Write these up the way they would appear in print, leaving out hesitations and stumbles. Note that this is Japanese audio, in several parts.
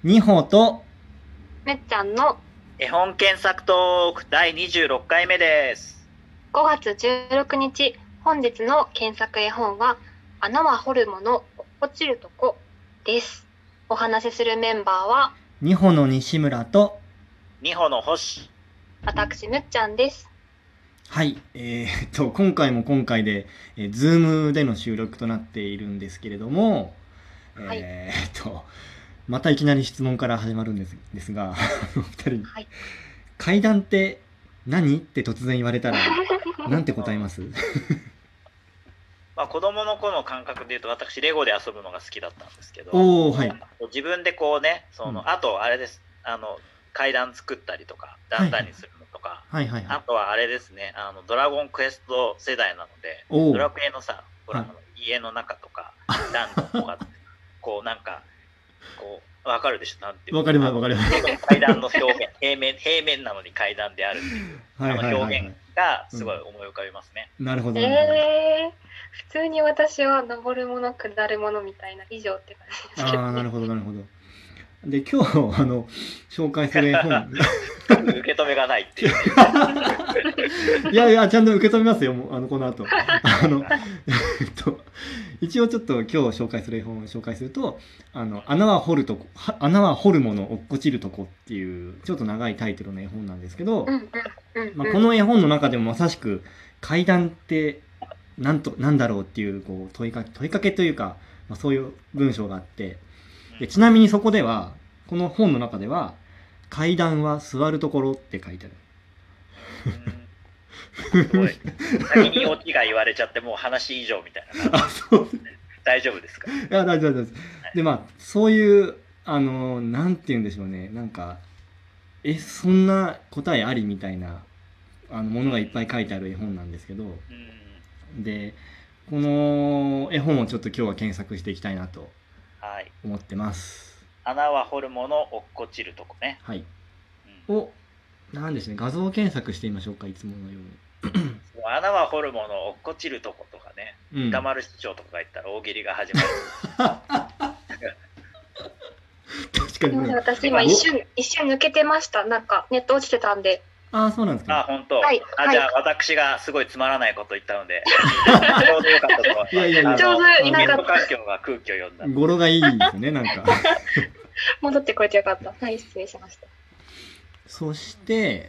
二歩と、 めっちゃんの絵本検索トーク第26回目です。 5月16日、本日の検索絵本は、穴は掘るもの、落ちるとこです。お話しするメンバーは、 二歩の西村と、 二歩の星。 私、むっちゃんです。 はい、今回も今回で、ズームでの収録となっているんですけれども、 はい、 またいきなり質問から始まるんですが、お二人に、 はい、 階段って何って突然言われたら、なんて答えます？ 子供の頃の感覚で言うと、私レゴで遊ぶのが好きだったんですけど、 おー、はい。 自分でこうね、あとあれです、階段作ったりとか段々にするのとか、 はいはいはい。 あとはあれですね、ドラゴンクエスト世代なので、 おードラクエのさ、ほら、 はい家の中とかダンジョンとかこうなんかこうわかるでしょ、なんていうの、 わかりますわかります。 階段の表現、平面なのに階段であるっていうはいはいはいはい。 表現がすごい思い浮かびますね。 なるほどなるほど。 普通に私は登るもの、下るものみたいな以上って感じですけどね。 ああ、なるほどなるほど。で、今日紹介する絵本受け止めがないっていう。 いやいや、ちゃんと受け止めますよ、もうこの後。一応ちょっと今日紹介する絵本を紹介すると、穴は掘るとこ、穴は掘るもの、落っこちるとこっていう、ちょっと長いタイトルの絵本なんですけど、この絵本の中でもまさしく、階段ってなんだろうっていう、こう問いかけというか、そういう文章があって、でちなみにそこでは、この本の中では、階段は座るところって書いてある。 すごい。先にオチが言われちゃってもう話以上みたいな感じ。 そう大丈夫ですか？ いや、大丈夫です。で、そういう、なんて言うんでしょうね。なんか、そんな答えありみたいな、ものがいっぱい書いてある絵本なんですけど、で、この絵本をちょっと今日は検索していきたいなと思ってます。 穴は掘るもの、落っこちるとこね。 はい。なんですね、画像検索してみましょうか、いつものように。 穴は掘るもの、落っこちるとことかね、歌丸市長とかが言ったら大喜利が始まる。 確かにね。 私今一瞬抜けてました。なんかネット落ちてたんで。 ああ、そうなんですか。 本当。 はい。 じゃあ私がすごいつまらないこと言ったので、ちょうどよかったと思います。 いやいやいや、 ちょうどいなかった。 環境が空気を読んだ。 語呂がいいですね、なんか。 戻ってこれてよかった。はい、失礼しました。 そして、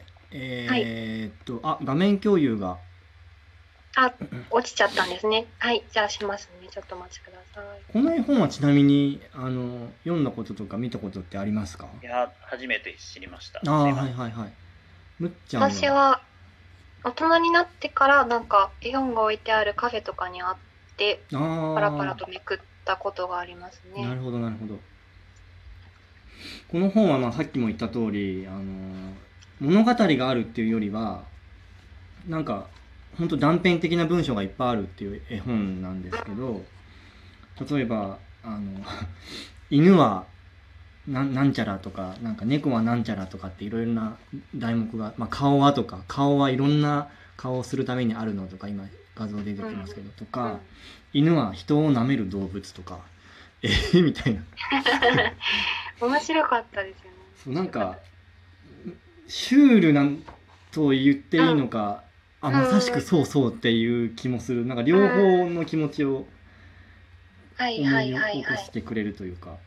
画面共有が。 落ちちゃったんですね。はい、じゃあしますね。ちょっとお待ちください。 この絵本はちなみに読んだこととか見たことってありますか？ いや、初めて知りました。 はいはいはい。むっちゃん私は大人になってからなんか絵本が置いてあるカフェとかにあってパラパラとめくったことがありますね。 なるほどなるほど。この本はさっきも言った通り物語があるっていうよりはなんか本当断片的な文章がいっぱいあるっていう絵本なんですけど、例えば犬はなんちゃらとか、なんか猫はなんちゃらとかっていろいろな題目が、顔はとか、顔はいろんな顔をするためにあるのとか、今画像で出てきますけど、とか、犬は人を舐める動物とか、みたいな。 面白かったですよね。 そうなんか、シュールなんと言っていいのか、まさしくそうそうっていう気もする。なんか両方の気持ちを思い起こしてくれるというか。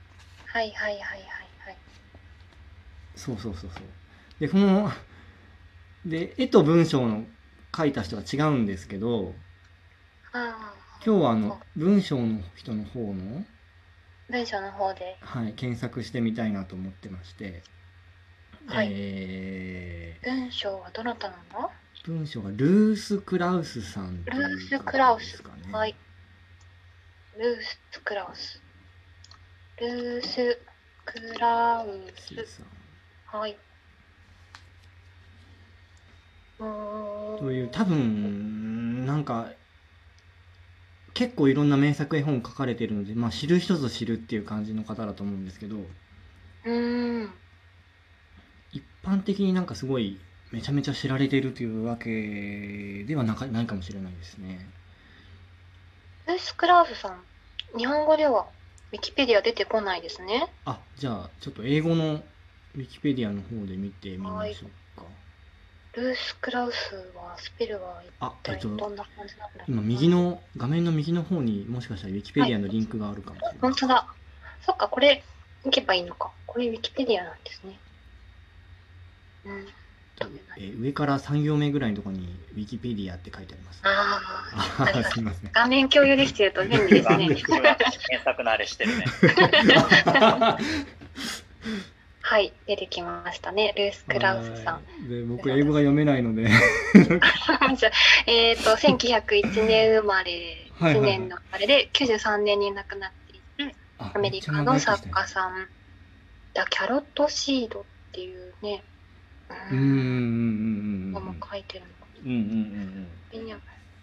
そう。で、絵と文章の書いた人が違うんですけど、今日は文章の人の方の文章の方で、 検索してみたいなと思ってまして、 文章はどなたなの？ 文章がルース・クラウスさんっていう、 ルース・クラウス。はい。ルース・クラウス。ルース・クラウス。はい。 という、多分なんか結構いろんな名作絵本書かれているので、知る人ぞ知るっていう感じの方だと思うんですけど、一般的になんかすごいめちゃめちゃ知られているというわけではないかもしれないですね。 ルース・クラウスさん、日本語ではィキペディア出てこないですね。 あ、じゃあちょっと英語のウィキペディアの方で見てみましょうか。 ルース・クラウスはスペルは一あ、 体どんな感じなんだろう。 今右の画面の右の方にもしかしたらウィキペディアのリンクがあるかもしれない。 本当だ。そっか、これ行けばいいのか。これウィキペディアなんですね。 上から3行目ぐらいのところにウィキペディアって書いてあります。 あすみません。 画面共有できてると便利ですね。 検索のあれしてるね。 はい、出てきましたね。ルース・クラウスさん。 で、僕英語が読めないので。 じゃ1901年生まれ、1年の生まれで、93年に亡くなっているアメリカの作家さん。キャロットシードっていうね。も書いてるの。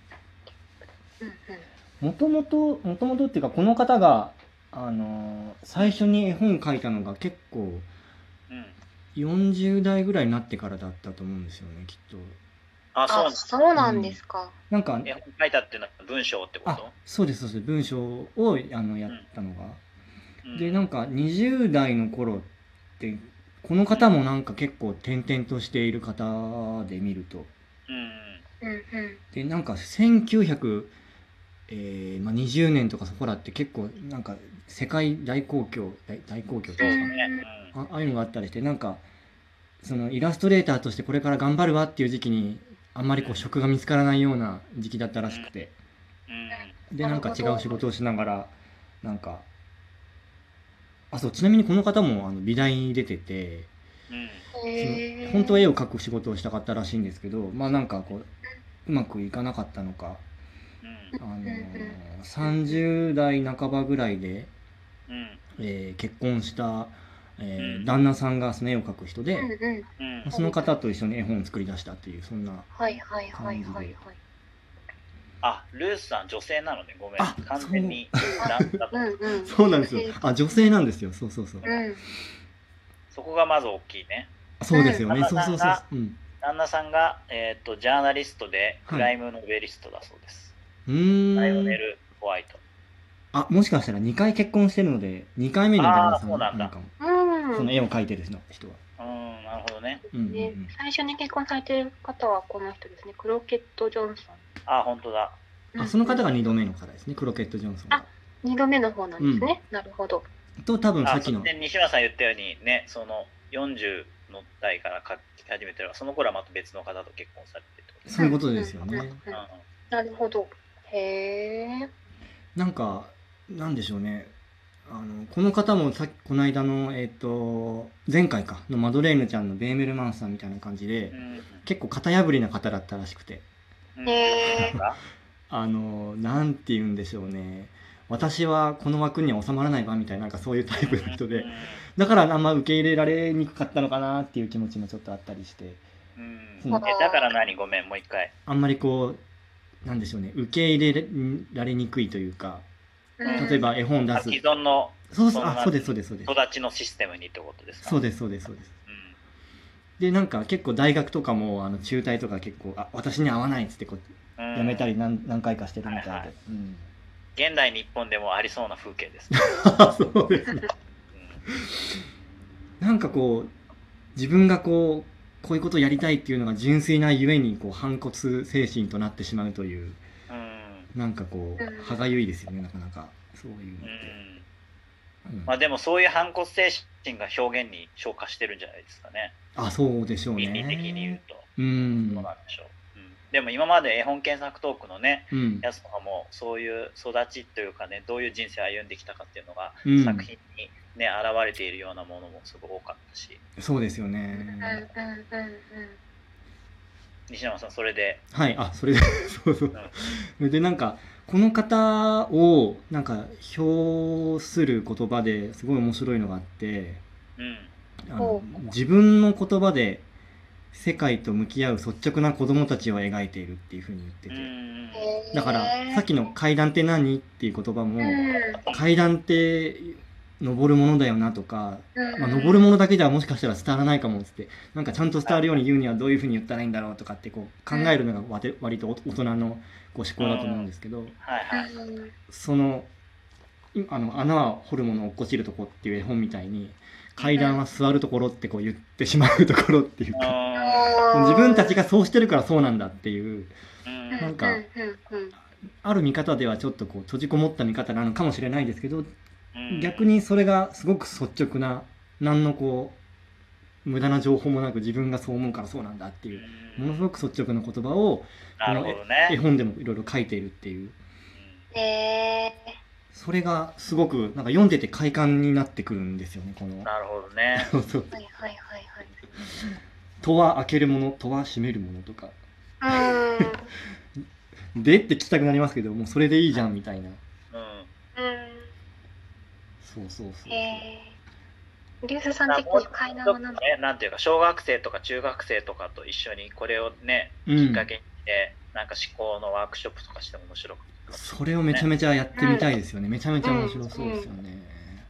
もともとっていうか、この方が最初に絵本書いたのが結構40代ぐらいになってからだったと思うんですよね、きっと。 そうなんですか。 なんか絵本書いたっていうのは文章ってこと？ そうです、文章をやったのが。で、なんか20代の頃ってこの方もなんか結構転々としている方で見ると。で、なんか1920年とかそこらって結構なんか世界大好況っていうんですかね。ああいうのがあったりして、なんかそのイラストレーターとしてこれから頑張るわっていう時期にあんまりこう職が見つからないような時期だったらしくて、でなんか違う仕事をしながらなんかちなみにこの方も美大に出てて、本当は絵を描く仕事をしたかったらしいんですけど、まあなんかこううまくいかなかったのか、30代半ばぐらいで、結婚した、旦那さんがその絵を描く人で、その方と一緒に絵本を作り出したっていう、そんな感じで。 ルースさん女性なのね。ごめん、完全にそうなんですよ。女性なんですよ。そう。 そこがまず大きいね。 そうですよね。そう。 旦那さんがジャーナリストでクライムノベリストだそうです。ライオネル・ホワイト。 もしかしたら2回結婚してるので、2回目の旦那さんなのかも。その絵を描いてる人は。 なるほどね。 最初に結婚されてる方はこの人ですね。クロケット・ジョンソン。 本当だ。 その方が2度目の方ですね。クロケット・ジョンソンが。 2度目の方なんですね。なるほど。 と多分さっきの西村さん言ったようにね、その40の代から書き始めてるその頃はまた別の方と結婚されてるってことですね。 そういうことですよね。 なるほど。へえ。 なんかなんでしょうね。この方もこの間の前回かのマドレーヌちゃんのベーメルマンさんみたいな感じで、結構型破りな方だったらしくて。なんて言うんでしょうね。私はこの枠には収まらないわみたいな、なんかそういうタイプの人で、だからあんま受け入れられにくかったのかなっていう気持ちもちょっとあったりして。 だから何？ごめん、もう一回。 あんまりこうなんでしょうね、受け入れられにくいというか、例えば絵本出す。 既存のそうです。 育ちのシステムにってことですか？ そうです。でなんか結構大学とかも中退とか結構私に合わないっつってこうやめたり何回かしてるみたいで。 現代日本でもありそうな風景ですね。 そうですね。なんかこう自分がこういうことをやりたいっていうのが純粋なゆえにこう反骨精神となってしまうという、なんかこう歯がゆいですよね、なかなかそういうのって。 でもそういう反骨精神が表現に昇華してるんじゃないですかね。 そうでしょうね。 倫理的に言うと。 そうなんでしょう。でも今まで絵本検索トークのね、やつとかもそういう育ちというかね、どういう人生を歩んできたかっていうのが、作品にね現れているようなものもすごく多かったし。 そうですよね。 西山さんそれで。 それでそう。でなんかこの方をなんか評する言葉ですごい面白いのがあって、自分の言葉で世界と向き合う率直な子供たちを描いているっていう風に言ってて、だからさっきの階段って何っていう言葉も、階段って登るものだよなとか、登るものだけではもしかしたら伝わらないかもっつって、なんかちゃんと伝わるように言うにはどういう風に言ったらいいんだろうとかってこう考えるのが割と大人のこう思考だと思うんですけど、その穴は掘るものを落っこちるとこっていう絵本みたいに、階段は座るところってこう言ってしまうところっていうか、自分たちがそうしてるからそうなんだっていう、なんかある見方ではちょっとこう閉じこもった見方なのかもしれないですけど、逆にそれがすごく率直な、何のこう無駄な情報もなく、自分がそう思うからそうなんだっていう、ものすごく率直な言葉をこの絵本でもいろいろ書いているっていう、それがすごくなんか読んでて快感になってくるんですよね、この。 なるほどね。 はいはいはいはい。 戸は開けるもの、戸は閉めるものとか。でって聞きたくなりますけど、もうそれでいいじゃんみたいな。そうそうそう。 リュウスさん的に階段は何ですか？ なんていうか、小学生とか中学生とかと一緒にこれをね、きっかけにしてなんか思考のワークショップとかしても面白く、 それをめちゃめちゃやってみたいですよね。めちゃめちゃ面白そうですよね。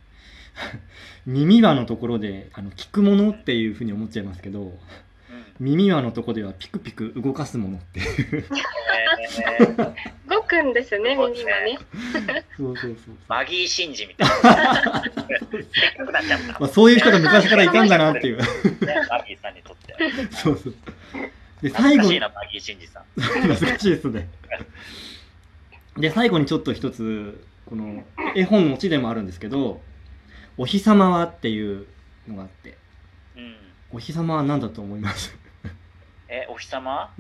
耳輪のところで聞くものっていうふうに思っちゃいますけど、耳輪のところではピクピク動かすものっていう動くんですね、耳がね。 そうそうそう。 マギー真司みたいな。せっかくなっちゃった。 まあそういう人が昔からいたんだなっていう。 マギーさんにとっては。 そうそう。で最後、懐かしいな、マギー真司さん。 懐かしいですね。で最後にちょっと一つ、この絵本のオチでもあるんですけど、お日様はっていうのがあって、お日様は何だと思います？ お日様？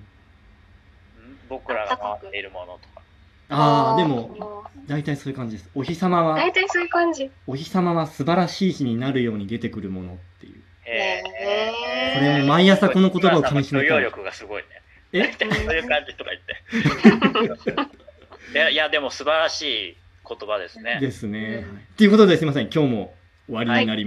僕らが回っているものとか。 ああ、でも大体そういう感じです。お日様は、 大体そういう感じ。 お日様は素晴らしい日になるように出てくるものっていう。これも毎朝この言葉をかみしめたい。 許容力がすごいね。そういう感じとか言って。いやでも素晴らしい言葉ですね。 ですね。ということですいません、今日も終わりになります。